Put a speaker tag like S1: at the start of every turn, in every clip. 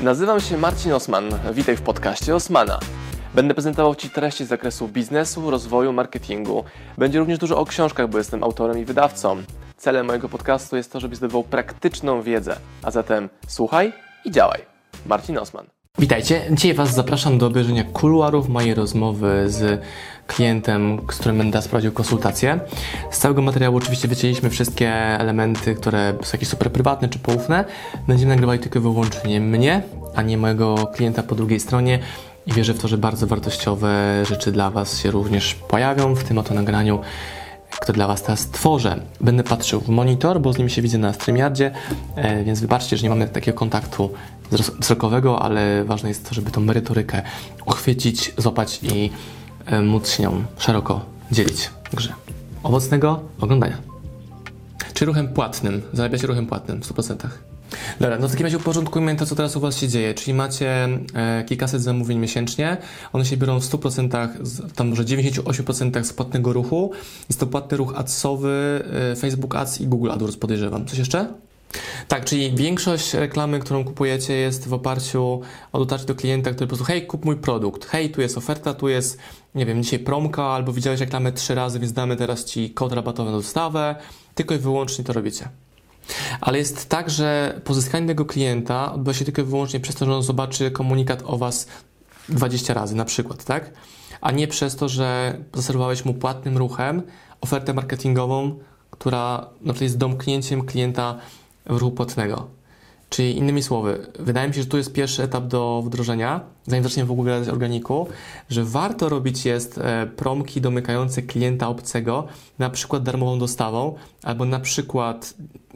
S1: Nazywam się Marcin Osman. Witaj w podcaście Osmana. Będę prezentował Ci treści z zakresu biznesu, rozwoju, marketingu. Będzie również dużo o książkach, bo jestem autorem i wydawcą. Celem mojego podcastu jest to, żebyś zdobywał praktyczną wiedzę. A zatem słuchaj i działaj. Marcin Osman.
S2: Witajcie. Dzisiaj Was zapraszam do obejrzenia kuluarów mojej rozmowy z klientem, z którym będę prowadził konsultację. Z całego materiału oczywiście wycięliśmy wszystkie elementy, które są jakieś super prywatne czy poufne. Będziemy nagrywali tylko i wyłącznie mnie, a nie mojego klienta po drugiej stronie. I wierzę w to, że bardzo wartościowe rzeczy dla Was się również pojawią w tym oto nagraniu, które dla Was teraz tworzę. Będę patrzył w monitor, bo z nim się widzę na StreamYardzie, więc wybaczcie, że nie mamy takiego kontaktu wzrokowego, ale ważne jest to, żeby tą merytorykę uchwycić, złapać i móc się nią szeroko dzielić. Także owocnego oglądania. Czy ruchem płatnym? Zarabiacie ruchem płatnym w 100%. Dobra, no w takim razie uporządkujmy to, co teraz u Was się dzieje. Czyli macie kilkaset zamówień miesięcznie. One się biorą w 100%, tam może 98% z płatnego ruchu. Jest to płatny ruch adsowy, Facebook Ads i Google AdWords, podejrzewam. Coś jeszcze? Tak, czyli większość reklamy, którą kupujecie, jest w oparciu o dotarcie do klienta, który po prostu hej, kup mój produkt, hej, tu jest oferta, tu jest, nie wiem, dzisiaj promka, albo widziałeś reklamę 3 razy, więc damy teraz Ci kod rabatowy na dostawę. Tylko i wyłącznie to robicie. Ale jest tak, że pozyskanie tego klienta odbywa się tylko i wyłącznie przez to, że on zobaczy komunikat o Was 20 razy na przykład, tak? A nie przez to, że zaserwowałeś mu płatnym ruchem ofertę marketingową, która na przykład jest domknięciem klienta w ruchu płatnego. Czyli innymi słowy, wydaje mi się, że tu jest pierwszy etap do wdrożenia, zanim zaczniemy w ogóle gadać o organiku, że warto robić jest promki domykające klienta obcego, na przykład darmową dostawą, albo na przykład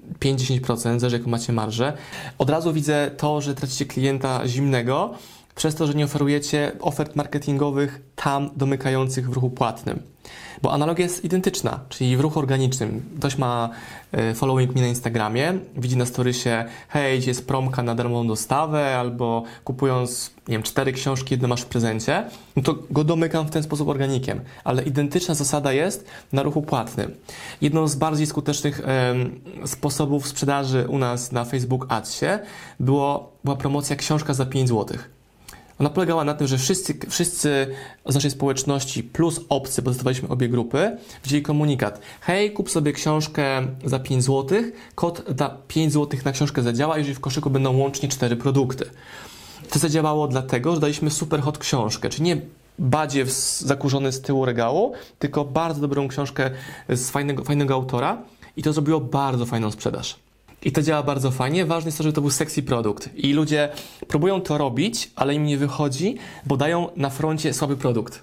S2: 5-10%, zależy jaką macie marżę. Od razu widzę to, że tracicie klienta zimnego, przez to, że nie oferujecie ofert marketingowych tam domykających w ruchu płatnym. Bo analogia jest identyczna, czyli w ruchu organicznym. Ktoś ma following me na Instagramie, widzi na storysie, hej, jest promka na darmową dostawę, albo kupując, nie wiem, 4 książki, jedno masz w prezencie, no to go domykam w ten sposób organikiem. Ale identyczna zasada jest na ruchu płatnym. Jedną z bardziej skutecznych sposobów sprzedaży u nas na Facebook Adsie była promocja książka za 5 zł. Ona polegała na tym, że wszyscy z naszej społeczności plus obcy, bo testowaliśmy obie grupy, wzięli komunikat. Hej, kup sobie książkę za 5 zł, kod da 5 zł na książkę zadziała, jeżeli w koszyku będą łącznie 4 produkty. To zadziałało dlatego, że daliśmy super hot książkę, czyli nie badziew zakurzony z tyłu regału, tylko bardzo dobrą książkę z fajnego autora i to zrobiło bardzo fajną sprzedaż. I to działa bardzo fajnie. Ważne jest to, żeby to był sexy produkt. I ludzie próbują to robić, ale im nie wychodzi, bo dają na froncie słaby produkt.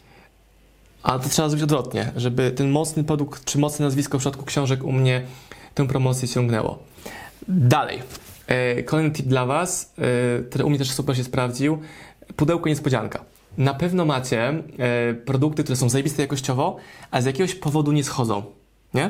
S2: A to trzeba zrobić odwrotnie, żeby ten mocny produkt, czy mocne nazwisko w przypadku książek u mnie tę promocję ciągnęło. Dalej. Kolejny tip dla Was, który u mnie też super się sprawdził. Pudełko niespodzianka. Na pewno macie produkty, które są zajebiste jakościowo, a z jakiegoś powodu nie schodzą. Nie?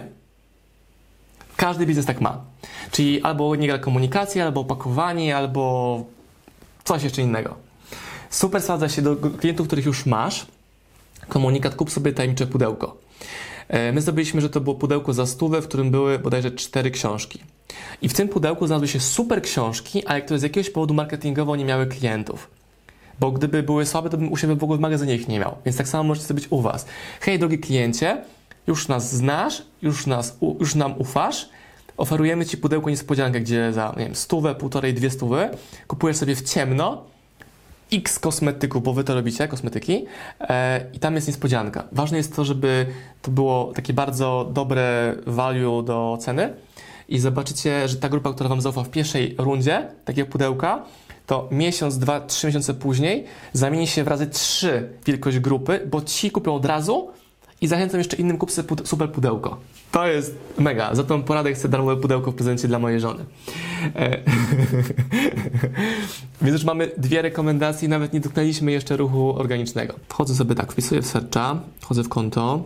S2: Każdy biznes tak ma. Czyli albo nie gra komunikacja, albo opakowanie, albo coś jeszcze innego. Super sprawdza się do klientów, których już masz. Komunikat, kup sobie tajemnicze pudełko. My zrobiliśmy, że to było pudełko za 100, w którym były bodajże 4 książki. I w tym pudełku znalazły się super książki, ale które z jakiegoś powodu marketingowo nie miały klientów. Bo gdyby były słabe, to bym u siebie w ogóle w magazynie ich nie miał. Więc tak samo możecie zrobić u Was. Hej, drogi kliencie, już nas znasz, już nam ufasz, oferujemy Ci pudełko niespodziankę, gdzie za, nie wiem, 100, 1,5, 2 stówy kupujesz sobie w ciemno X kosmetyków, bo Wy to robicie, kosmetyki, i tam jest niespodzianka. Ważne jest to, żeby to było takie bardzo dobre value do ceny i zobaczycie, że ta grupa, która Wam zaufa w pierwszej rundzie takiego pudełka, to miesiąc, 2, 3 miesiące później zamieni się w razy 3 wielkość grupy, bo ci kupią od razu i zachęcam jeszcze innym, kup sobie super pudełko. To jest mega. Za tą poradę chcę darmowe pudełko w prezencie dla mojej żony. Więc już mamy 2 rekomendacje, nawet nie dotknęliśmy jeszcze ruchu organicznego. Wchodzę sobie tak, wpisuję w searcha, wchodzę w konto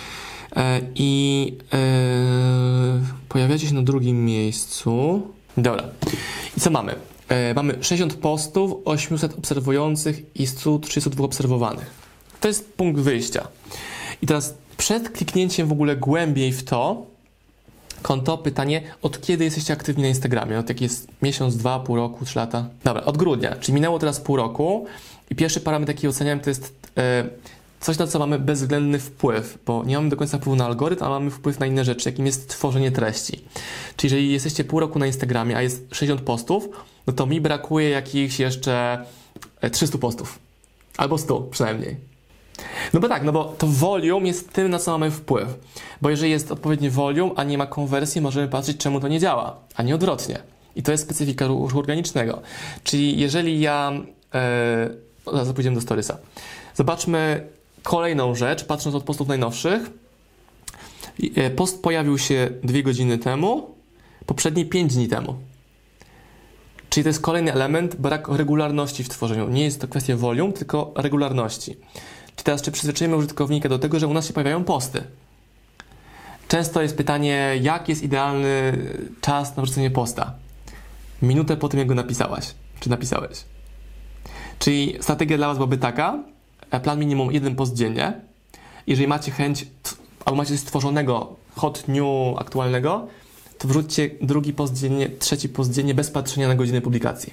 S2: i pojawiacie się na drugim miejscu. Dobra. I co mamy? Mamy 60 postów, 800 obserwujących i 132 obserwowanych. To jest punkt wyjścia. I teraz przed kliknięciem w ogóle głębiej w to, konto, pytanie, od kiedy jesteście aktywni na Instagramie? Od jaki jest miesiąc, 2, pół roku, 3 lata? Dobra, od grudnia, czyli minęło teraz pół roku i pierwszy parametr, jaki oceniam, to jest coś, na co mamy bezwzględny wpływ, bo nie mamy do końca wpływu na algorytm, a mamy wpływ na inne rzeczy, jakim jest tworzenie treści. Czyli jeżeli jesteście pół roku na Instagramie, a jest 60 postów, no to mi brakuje jakichś jeszcze 300 postów. Albo 100 przynajmniej. No bo tak, no bo to volume jest tym, na co mamy wpływ. Bo jeżeli jest odpowiedni volume, a nie ma konwersji, możemy patrzeć, czemu to nie działa, a nie odwrotnie. I to jest specyfika ruchu organicznego. Czyli jeżeli ja... zaraz pójdziemy do Storysa. Zobaczmy kolejną rzecz, patrząc od postów najnowszych. Post pojawił się 2 godziny temu, poprzedni 5 dni temu. Czyli to jest kolejny element, brak regularności w tworzeniu. Nie jest to kwestia volume, tylko regularności. Czyli teraz, czy przyzwyczajimy użytkownika do tego, że u nas się pojawiają posty? Często jest pytanie, jak jest idealny czas na wrzucenie posta? Minutę po tym, jak go napisałaś, czy napisałeś. Czyli strategia dla Was byłaby taka, plan minimum 1 post dziennie. Jeżeli macie chęć, albo macie coś stworzonego, hot new, aktualnego, to wrzućcie 2 post dziennie, 3 post dziennie bez patrzenia na godzinę publikacji.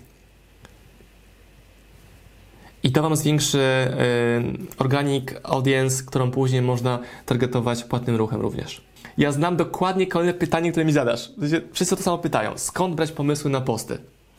S2: I to Wam zwiększy organic audience, którą później można targetować płatnym ruchem również. Ja znam dokładnie kolejne pytanie, które mi zadasz. Wszyscy to samo pytają. Skąd brać pomysły na posty?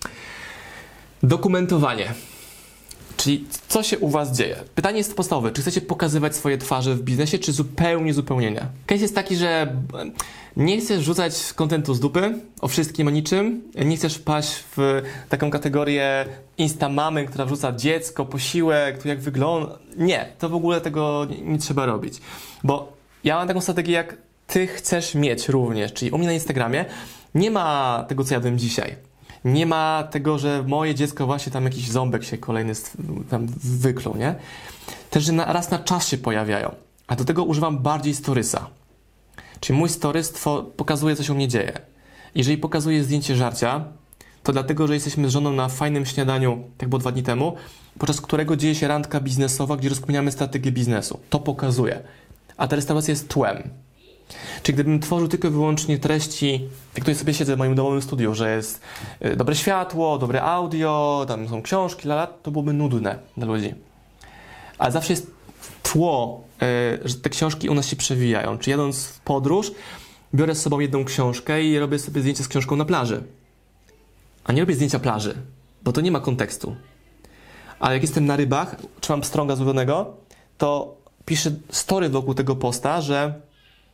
S2: Dokumentowanie. Czyli co się u Was dzieje? Pytanie jest podstawowe. Czy chcecie pokazywać swoje twarze w biznesie, czy zupełnie nie? Case jest taki, że nie chcesz rzucać kontentu z dupy o wszystkim, o niczym. Nie chcesz wpaść w taką kategorię instamamy, która wrzuca dziecko, posiłek, to jak wygląda. Nie, to w ogóle tego nie trzeba robić. Bo ja mam taką strategię, jak Ty chcesz mieć również. Czyli u mnie na Instagramie nie ma tego, co jadłem dzisiaj. Nie ma tego, że moje dziecko właśnie tam jakiś ząbek się kolejny tam wyklął, nie? Też, że raz na czas się pojawiają. A do tego używam bardziej Storysa. Czyli mój Storys pokazuje, co się u mnie dzieje. Jeżeli pokazuje zdjęcie żarcia, to dlatego, że jesteśmy z żoną na fajnym śniadaniu, tak było 2 dni temu, podczas którego dzieje się randka biznesowa, gdzie rozkminiamy strategię biznesu. To pokazuje. A ta restauracja jest tłem. Czyli gdybym tworzył tylko i wyłącznie treści, jak tutaj sobie siedzę w moim domowym studiu, że jest dobre światło, dobre audio, tam są książki, to byłoby nudne dla ludzi. Ale zawsze jest tło, że te książki u nas się przewijają. Czyli jadąc w podróż, biorę z sobą jedną książkę i robię sobie zdjęcie z książką na plaży. A nie robię zdjęcia plaży, bo to nie ma kontekstu. Ale jak jestem na rybach, czy mam pstrąga złowionego, to piszę story wokół tego posta, że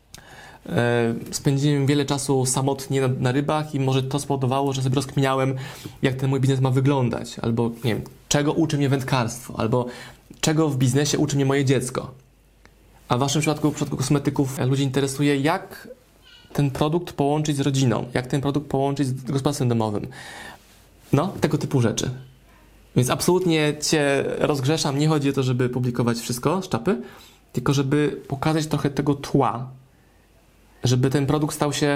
S2: spędziłem wiele czasu samotnie na rybach i może to spowodowało, że sobie rozkminiałem, jak ten mój biznes ma wyglądać, albo nie wiem, czego uczy mnie wędkarstwo, albo czego w biznesie uczy mnie moje dziecko. A w Waszym przypadku, w przypadku kosmetyków, ludzi interesuje, jak ten produkt połączyć z rodziną, jak ten produkt połączyć z gospodarstwem domowym. No, tego typu rzeczy. Więc absolutnie Cię rozgrzeszam, nie chodzi o to, żeby publikować wszystko z czapy, tylko żeby pokazać trochę tego tła, żeby ten produkt stał się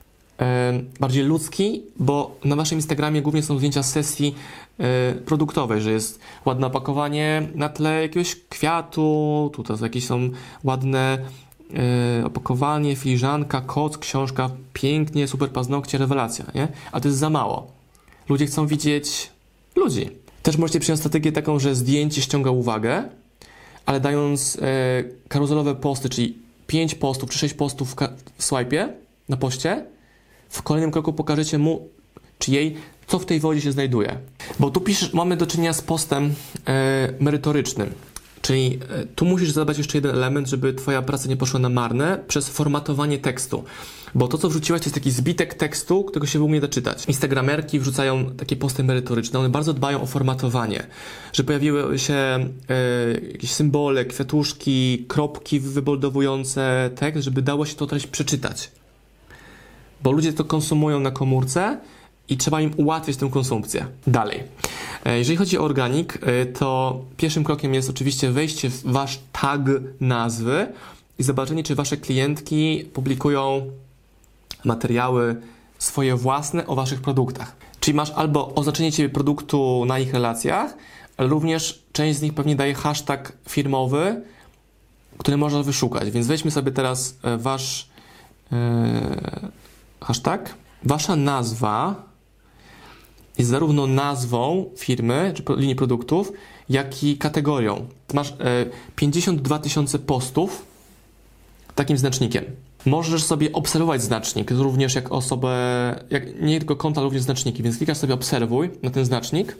S2: bardziej ludzki, bo na Waszym Instagramie głównie są zdjęcia z sesji produktowej, że jest ładne opakowanie na tle jakiegoś kwiatu, tutaj jakieś są ładne opakowanie, filiżanka, koc, książka, pięknie, super paznokcie, rewelacja, nie? A to jest za mało. Ludzie chcą widzieć ludzi. Też możecie przyjąć strategię taką, że zdjęcie ściąga uwagę, ale dając karuzelowe posty, czyli 5 postów czy 6 postów w swipe'ie na poście, w kolejnym kroku pokażecie mu czy jej, co w tej wodzie się znajduje. Bo tu mamy do czynienia z postem merytorycznym. Czyli tu musisz zadbać jeszcze jeden element, żeby Twoja praca nie poszła na marne przez formatowanie tekstu. Bo to, co wrzuciłaś, to jest taki zbitek tekstu, którego się w ogóle nie da czytać. Instagramerki wrzucają takie posty merytoryczne. One bardzo dbają o formatowanie. Że pojawiły się jakieś symbole, kwiatuszki, kropki wyboldowujące tekst, żeby dało się to treść przeczytać. Bo ludzie to konsumują na komórce i trzeba im ułatwić tę konsumpcję. Dalej. Jeżeli chodzi o organik, to pierwszym krokiem jest oczywiście wejście w Wasz tag nazwy i zobaczenie, czy Wasze klientki publikują materiały swoje własne o Waszych produktach. Czyli masz albo oznaczenie Ciebie produktu na ich relacjach, ale również część z nich pewnie daje hashtag firmowy, który można wyszukać. Więc weźmy sobie teraz Wasz hashtag, wasza nazwa jest zarówno nazwą firmy, czy linii produktów, jak i kategorią. Masz 52 000 postów takim znacznikiem. Możesz sobie obserwować znacznik, również jak osobę, nie tylko konta, ale również znaczniki, więc klikasz sobie obserwuj na ten znacznik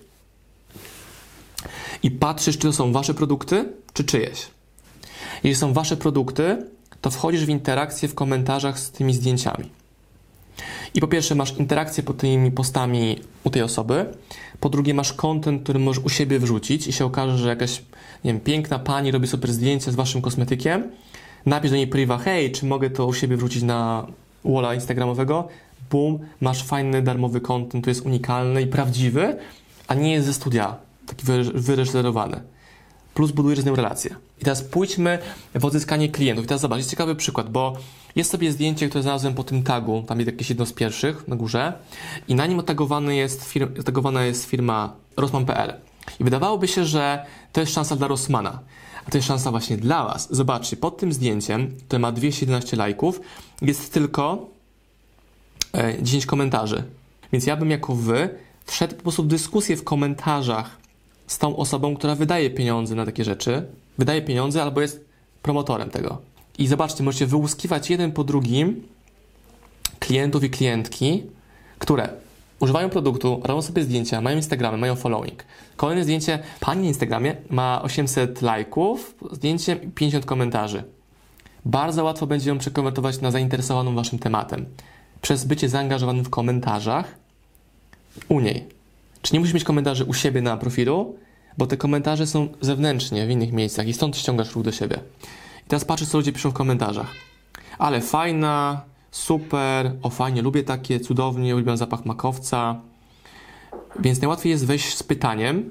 S2: i patrzysz, czy to są wasze produkty, czy czyjeś. Jeśli są wasze produkty, to wchodzisz w interakcję w komentarzach z tymi zdjęciami. I po pierwsze masz interakcję pod tymi postami u tej osoby, po drugie masz content, który możesz u siebie wrzucić i się okaże, że jakaś, nie wiem, piękna pani robi super zdjęcie z waszym kosmetykiem, napisz do niej priva, hej, czy mogę to u siebie wrzucić na walla instagramowego, bum, masz fajny, darmowy content, to jest unikalny i prawdziwy, a nie jest ze studia, taki wyreżyserowany. Plus budujesz z nią relację. I teraz pójdźmy w odzyskanie klientów. I teraz zobacz, jest ciekawy przykład, bo jest sobie zdjęcie, które znalazłem po tym tagu, tam jest jakieś jedno z pierwszych na górze i na nim otagowana jest firma Rossmann.pl. I wydawałoby się, że to jest szansa dla Rossmana, a to jest szansa właśnie dla was. Zobaczcie, pod tym zdjęciem, które ma 211 lajków, jest tylko 10 komentarzy. Więc ja bym jako wy wszedł po prostu w dyskusję w komentarzach z tą osobą, która wydaje pieniądze na takie rzeczy, wydaje pieniądze albo jest promotorem tego. I zobaczcie, możecie wyłuskiwać jeden po drugim klientów i klientki, które używają produktu, robią sobie zdjęcia, mają Instagramy, mają following. Kolejne zdjęcie, pani na Instagramie ma 800 lajków, zdjęcie 50 komentarzy. Bardzo łatwo będzie ją przekonwertować na zainteresowaną waszym tematem. Przez bycie zaangażowanym w komentarzach u niej. Czy nie musisz mieć komentarzy u siebie na profilu, bo te komentarze są zewnętrznie, w innych miejscach i stąd ściągasz ruch do siebie. I teraz patrzysz, co ludzie piszą w komentarzach. Ale fajna, super, o fajnie, lubię takie, cudownie, uwielbiam zapach makowca. Więc najłatwiej jest wejść z pytaniem.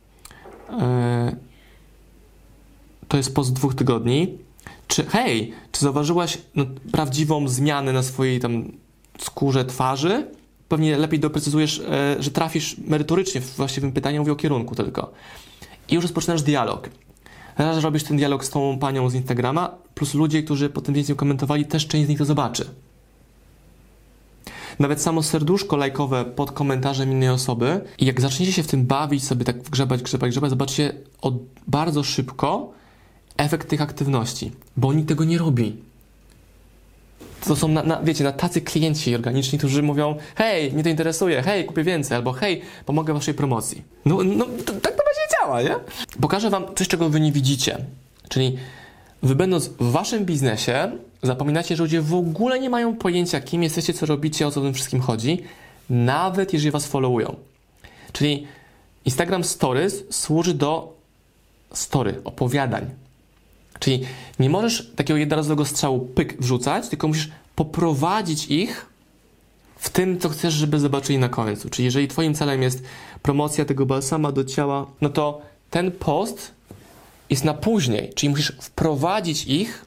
S2: To jest post 2 tygodni. Czy zauważyłaś prawdziwą zmianę na swojej tam skórze twarzy? Pewnie lepiej doprecyzujesz, że trafisz merytorycznie w właściwym pytaniu, mówię o kierunku tylko. I już rozpoczynasz dialog. Raz robisz ten dialog z tą panią z Instagrama, plus ludzie, którzy po tym zdjęciu komentowali, też część z nich to zobaczy. Nawet samo serduszko lajkowe pod komentarzem innej osoby i jak zaczniecie się w tym bawić, sobie tak grzebać, zobaczcie bardzo szybko efekt tych aktywności, bo nikt tego nie robi. To są, wiecie, tacy klienci organiczni, którzy mówią, hej, mnie to interesuje, hej, kupię więcej, albo hej, pomogę waszej promocji. Tak to właśnie działa, nie? Pokażę wam coś, czego wy nie widzicie. Czyli wy będąc w waszym biznesie, zapominacie, że ludzie w ogóle nie mają pojęcia, kim jesteście, co robicie, o co w tym wszystkim chodzi, nawet jeżeli was followują. Czyli Instagram Stories służy do opowiadań. Czyli nie możesz takiego jednorazowego strzału pyk wrzucać, tylko musisz poprowadzić ich w tym, co chcesz, żeby zobaczyli na końcu. Czyli jeżeli twoim celem jest promocja tego balsama do ciała, no to ten post jest na później. Czyli musisz wprowadzić ich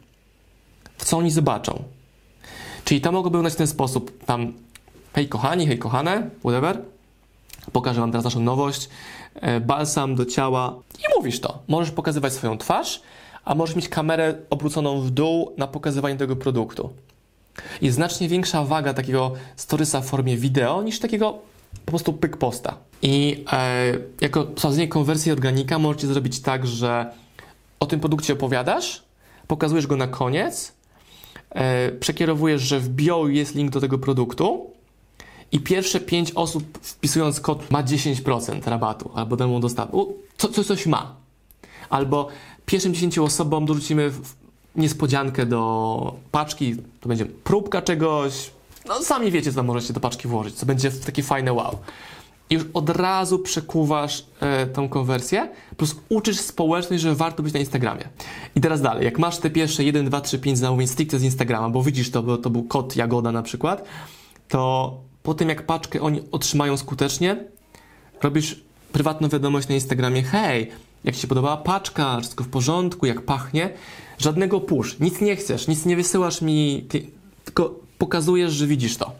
S2: w co oni zobaczą. Czyli to mogłoby wyglądać w ten sposób. Tam, hej kochani, hej kochane, whatever. Pokażę wam teraz naszą nowość. Balsam do ciała. I mówisz to. Możesz pokazywać swoją twarz, a możesz mieć kamerę obróconą w dół na pokazywanie tego produktu. Jest znacznie większa waga takiego storysa w formie wideo niż takiego po prostu pyk posta. I jako sprawdzenie konwersji organika możecie zrobić tak, że o tym produkcie opowiadasz, pokazujesz go na koniec, przekierowujesz, że w bio jest link do tego produktu i pierwsze 5 osób wpisując kod ma 10% rabatu albo darmową dostawę. Coś ma. Albo pierwszym 10 osobom dorzucimy niespodziankę do paczki, to będzie próbka czegoś, no sami wiecie, co tam możecie do paczki włożyć, co będzie takie fajne wow. I już od razu przekuwasz tą konwersję, plus uczysz społeczność, że warto być na Instagramie. I teraz dalej, jak masz te pierwsze 1, 2, 3, 5 zamówień stricte z Instagrama, bo widzisz to, bo to był kod Jagoda na przykład, to po tym jak paczkę oni otrzymają skutecznie, robisz prywatną wiadomość na Instagramie, hej, jak ci się podobała paczka, wszystko w porządku, jak pachnie, żadnego push, nic nie chcesz, nic nie wysyłasz mi, tylko pokazujesz, że widzisz to.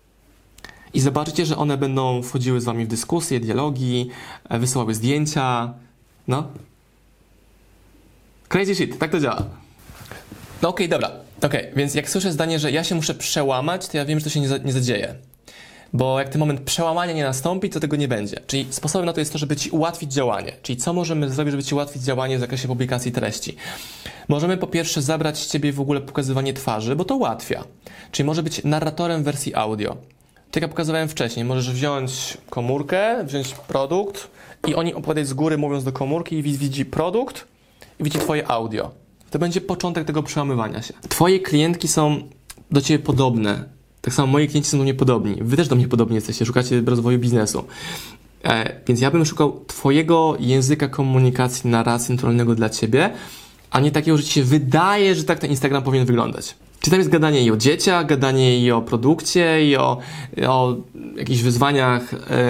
S2: I zobaczycie, że one będą wchodziły z wami w dyskusje, dialogi, wysyłały zdjęcia, no. Crazy shit, tak to działa. No okej, dobra. Okej, więc jak słyszę zdanie, że ja się muszę przełamać, to ja wiem, że to się nie zadzieje. Bo jak ten moment przełamania nie nastąpi, to tego nie będzie. Czyli sposobem na to jest to, żeby Ci ułatwić działanie. Czyli co możemy zrobić, żeby Ci ułatwić działanie w zakresie publikacji treści? Możemy po pierwsze zabrać z Ciebie w ogóle pokazywanie twarzy, bo to ułatwia. Czyli może być narratorem wersji audio. Tak jak pokazywałem wcześniej, możesz wziąć komórkę, wziąć produkt i oni opowiadać z góry, mówiąc do komórki i widzi produkt i widzi Twoje audio. To będzie początek tego przełamywania się. Twoje klientki są do Ciebie podobne. Tak samo moi klienci są do mnie podobni. Wy też do mnie podobni jesteście, szukacie rozwoju biznesu. Więc ja bym szukał Twojego języka komunikacji, narracji naturalnego dla Ciebie, a nie takiego, że Ci się wydaje, że tak ten Instagram powinien wyglądać. Czy tam jest gadanie i o dzieciach, gadanie i o produkcie, i o jakichś wyzwaniach,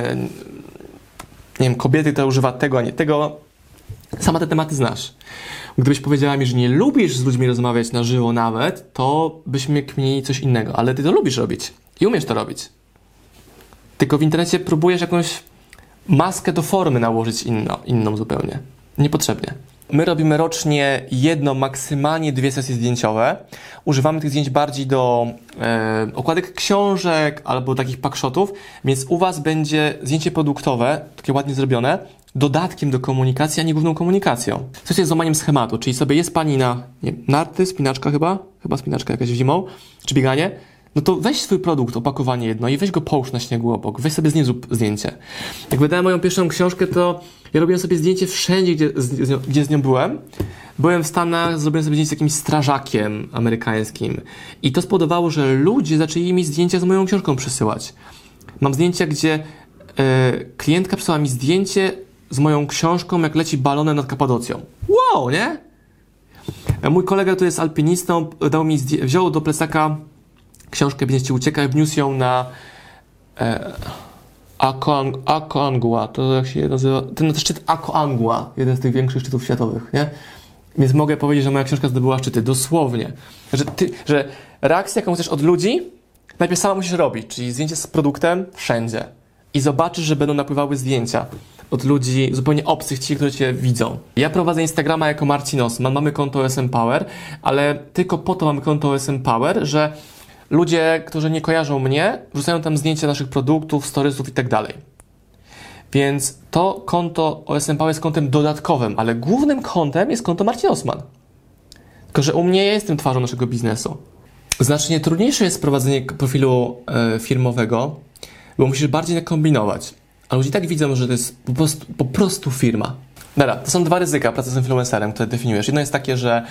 S2: nie wiem, kobiety, która używa tego, a nie tego. Sama te tematy znasz. Gdybyś powiedziała mi, że nie lubisz z ludźmi rozmawiać na żywo nawet, to byśmy kminili coś innego. Ale ty to lubisz robić i umiesz to robić. Tylko w internecie próbujesz jakąś maskę do formy nałożyć inną zupełnie. Niepotrzebnie. My robimy rocznie maksymalnie 2 sesje zdjęciowe. Używamy tych zdjęć bardziej do okładek książek albo takich packshotów, więc u Was będzie zdjęcie produktowe, takie ładnie zrobione, dodatkiem do komunikacji, a nie główną komunikacją. Coś jest złamaniem schematu, czyli sobie jest Pani na narty, spinaczka chyba spinaczka jakaś zimą, czy bieganie, no to weź swój produkt, opakowanie jedno i weź go połóż na śniegu obok, weź sobie z nim zrób zdjęcie. Jak wydałem moją pierwszą książkę, to ja robiłem sobie zdjęcie wszędzie, gdzie z nią byłem. Byłem w Stanach, zrobiłem sobie zdjęcie z jakimś strażakiem amerykańskim i to spowodowało, że ludzie zaczęli mi zdjęcia z moją książką przesyłać. Mam zdjęcia, gdzie klientka przysłała mi zdjęcie z moją książką, jak leci balonem nad Kapadocją. Wow, nie? Mój kolega, który jest alpinistą, wziął do plecaka książkę Biznes Ci ucieka i wniósł ją na Aconcagua, to jak się nazywa, ten szczyt Aconcagua, jeden z tych większych szczytów światowych, nie? Więc mogę powiedzieć, że moja książka zdobyła szczyty, dosłownie. Że reakcja, jaką chcesz od ludzi, najpierw sama musisz robić, czyli zdjęcie z produktem wszędzie. I zobaczysz, że będą napływały zdjęcia od ludzi zupełnie obcych, ci, którzy Cię widzą. Ja prowadzę Instagrama jako Marcin Osman, mamy konto OSM Power, ale tylko po to mamy konto OSM Power, że ludzie, którzy nie kojarzą mnie, wrzucają tam zdjęcia naszych produktów, storysów i tak dalej. Więc to konto OSM Power jest kontem dodatkowym, ale głównym kontem jest konto Marcin Osman. Tylko że u mnie ja jestem twarzą naszego biznesu. Znacznie trudniejsze jest prowadzenie profilu firmowego, bo musisz bardziej nakombinować. A ludzie tak widzą, że to jest po prostu firma. Dobra, to są 2 ryzyka pracy z influencerem, które definiujesz. Jedno jest takie, że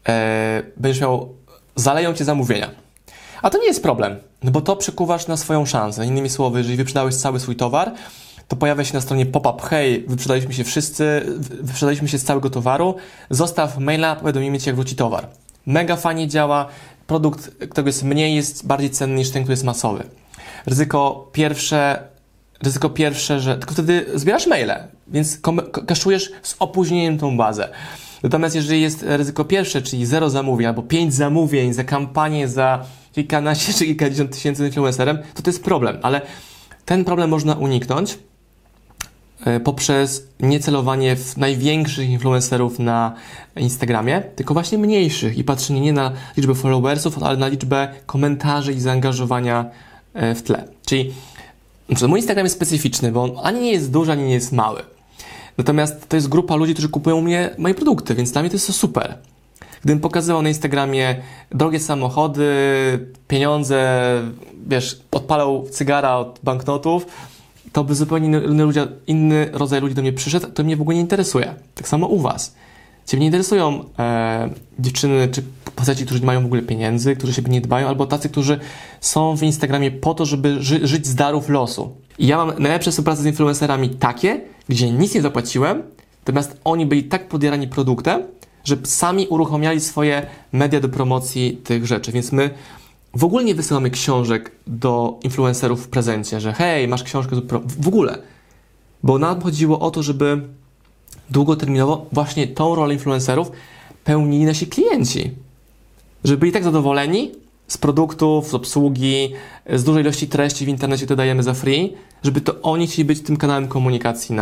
S2: zaleją Cię zamówienia. A to nie jest problem, no bo to przekuwasz na swoją szansę. Innymi słowy, jeżeli wyprzedałeś cały swój towar, to pojawia się na stronie pop-up: hej, wyprzedaliśmy się wszyscy, wyprzedaliśmy się z całego towaru, zostaw maila, powiadomimy Cię, jak wróci towar. Mega fajnie działa, produkt, którego jest mniej, jest bardziej cenny niż ten, który jest masowy. Ryzyko pierwsze, że tylko wtedy zbierasz maile, więc kaszujesz z opóźnieniem tą bazę. Natomiast jeżeli jest ryzyko pierwsze, czyli 0 zamówień albo 5 zamówień za kampanię, za kilkanaście czy kilkadziesiąt tysięcy influencerem, to jest problem, ale ten problem można uniknąć poprzez niecelowanie w największych influencerów na Instagramie, tylko właśnie mniejszych i patrzenie nie na liczbę followersów, ale na liczbę komentarzy i zaangażowania w tle. Czyli mój Instagram jest specyficzny, bo on ani nie jest duży, ani nie jest mały. Natomiast to jest grupa ludzi, którzy kupują moje produkty, więc dla mnie to jest super. Gdybym pokazywał na Instagramie drogie samochody, pieniądze, odpalał cygara od banknotów, to by zupełnie inny rodzaj ludzi do mnie przyszedł, to mnie w ogóle nie interesuje. Tak samo u Was. Ciebie nie interesują dziewczyny czy faceci, którzy nie mają w ogóle pieniędzy, którzy siebie nie dbają, albo tacy, którzy są w Instagramie po to, żeby żyć z darów losu. I ja mam najlepsze współprace z influencerami takie, gdzie nic nie zapłaciłem, natomiast oni byli tak podjarani produktem, że sami uruchamiali swoje media do promocji tych rzeczy. Więc my w ogóle nie wysyłamy książek do influencerów w prezencie, że hej, masz książkę, w ogóle. Bo nam chodziło o to, żeby długoterminowo właśnie tą rolę influencerów pełnili nasi klienci. Żeby byli tak zadowoleni z produktów, z obsługi, z dużej ilości treści w internecie, które dajemy za free, żeby to oni chcieli być tym kanałem komunikacji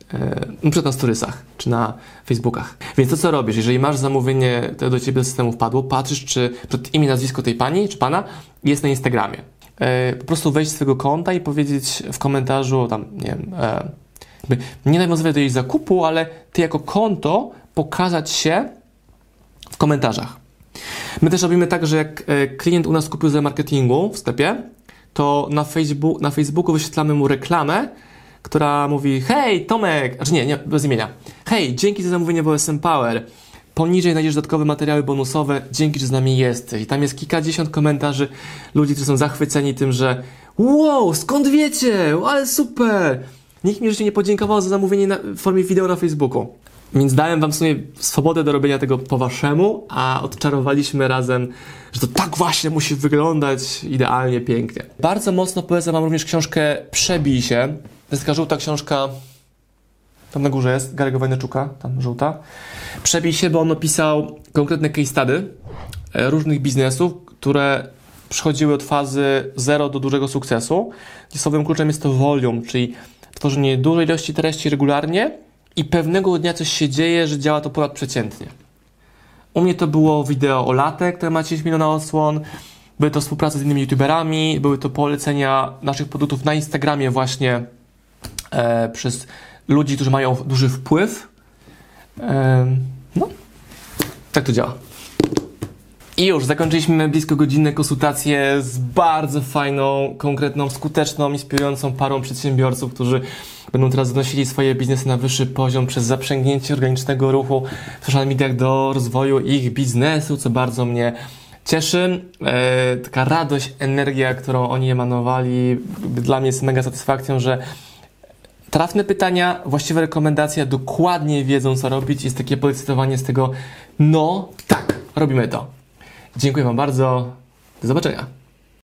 S2: na storysach czy na Facebookach. Więc to co robisz? Jeżeli masz zamówienie, które do Ciebie do systemu wpadło, patrzysz, czy przed imię, nazwisko tej pani czy pana jest na Instagramie. Po prostu wejść z swojego konta i powiedzieć w komentarzu tam, nie wiem, nie nawiązywać do jej zakupu, ale Ty jako konto pokazać się w komentarzach. My też robimy tak, że jak klient u nas kupił z marketingu w sklepie, to na Facebooku wyświetlamy mu reklamę, która mówi: hej Tomek, znaczy nie, bez imienia. Hej, dzięki za zamówienie w OSM Power. Poniżej znajdziesz dodatkowe materiały bonusowe, dzięki, że z nami jesteś. I tam jest kilkadziesiąt komentarzy ludzi, którzy są zachwyceni tym, że wow, skąd wiecie? Ale super! Nikt mi w życiu nie podziękował za zamówienie w formie wideo na Facebooku. Więc dałem wam w sumie swobodę do robienia tego po waszemu, a odczarowaliśmy razem, że to tak właśnie musi wyglądać idealnie, pięknie. Bardzo mocno polecam wam również książkę Przebij się. To jest taka żółta książka, tam na górze jest, Gary'ego Vaynerchuka, tam żółta. Przebij się, bo on opisał konkretne case study różnych biznesów, które przechodziły od fazy 0 do dużego sukcesu. Słowem kluczem jest to volume, czyli tworzenie dużej ilości treści regularnie i pewnego dnia coś się dzieje, że działa to ponadprzeciętnie. U mnie to było wideo o latte, które ma 10 milionów odsłon, były to współprace z innymi youtuberami, były to polecenia naszych produktów na Instagramie właśnie przez ludzi, którzy mają duży wpływ. No, tak to działa. I już zakończyliśmy blisko godzinne konsultacje z bardzo fajną, konkretną, skuteczną, inspirującą parą przedsiębiorców, którzy będą teraz wnosili swoje biznesy na wyższy poziom przez zaprzęgnięcie organicznego ruchu w social mediach do rozwoju ich biznesu, co bardzo mnie cieszy. Taka radość, energia, którą oni emanowali, dla mnie jest mega satysfakcją, że trafne pytania, właściwe rekomendacje, dokładnie wiedzą co robić. Jest takie podekscytowanie z tego, no tak, robimy to. Dziękuję wam bardzo. Do zobaczenia.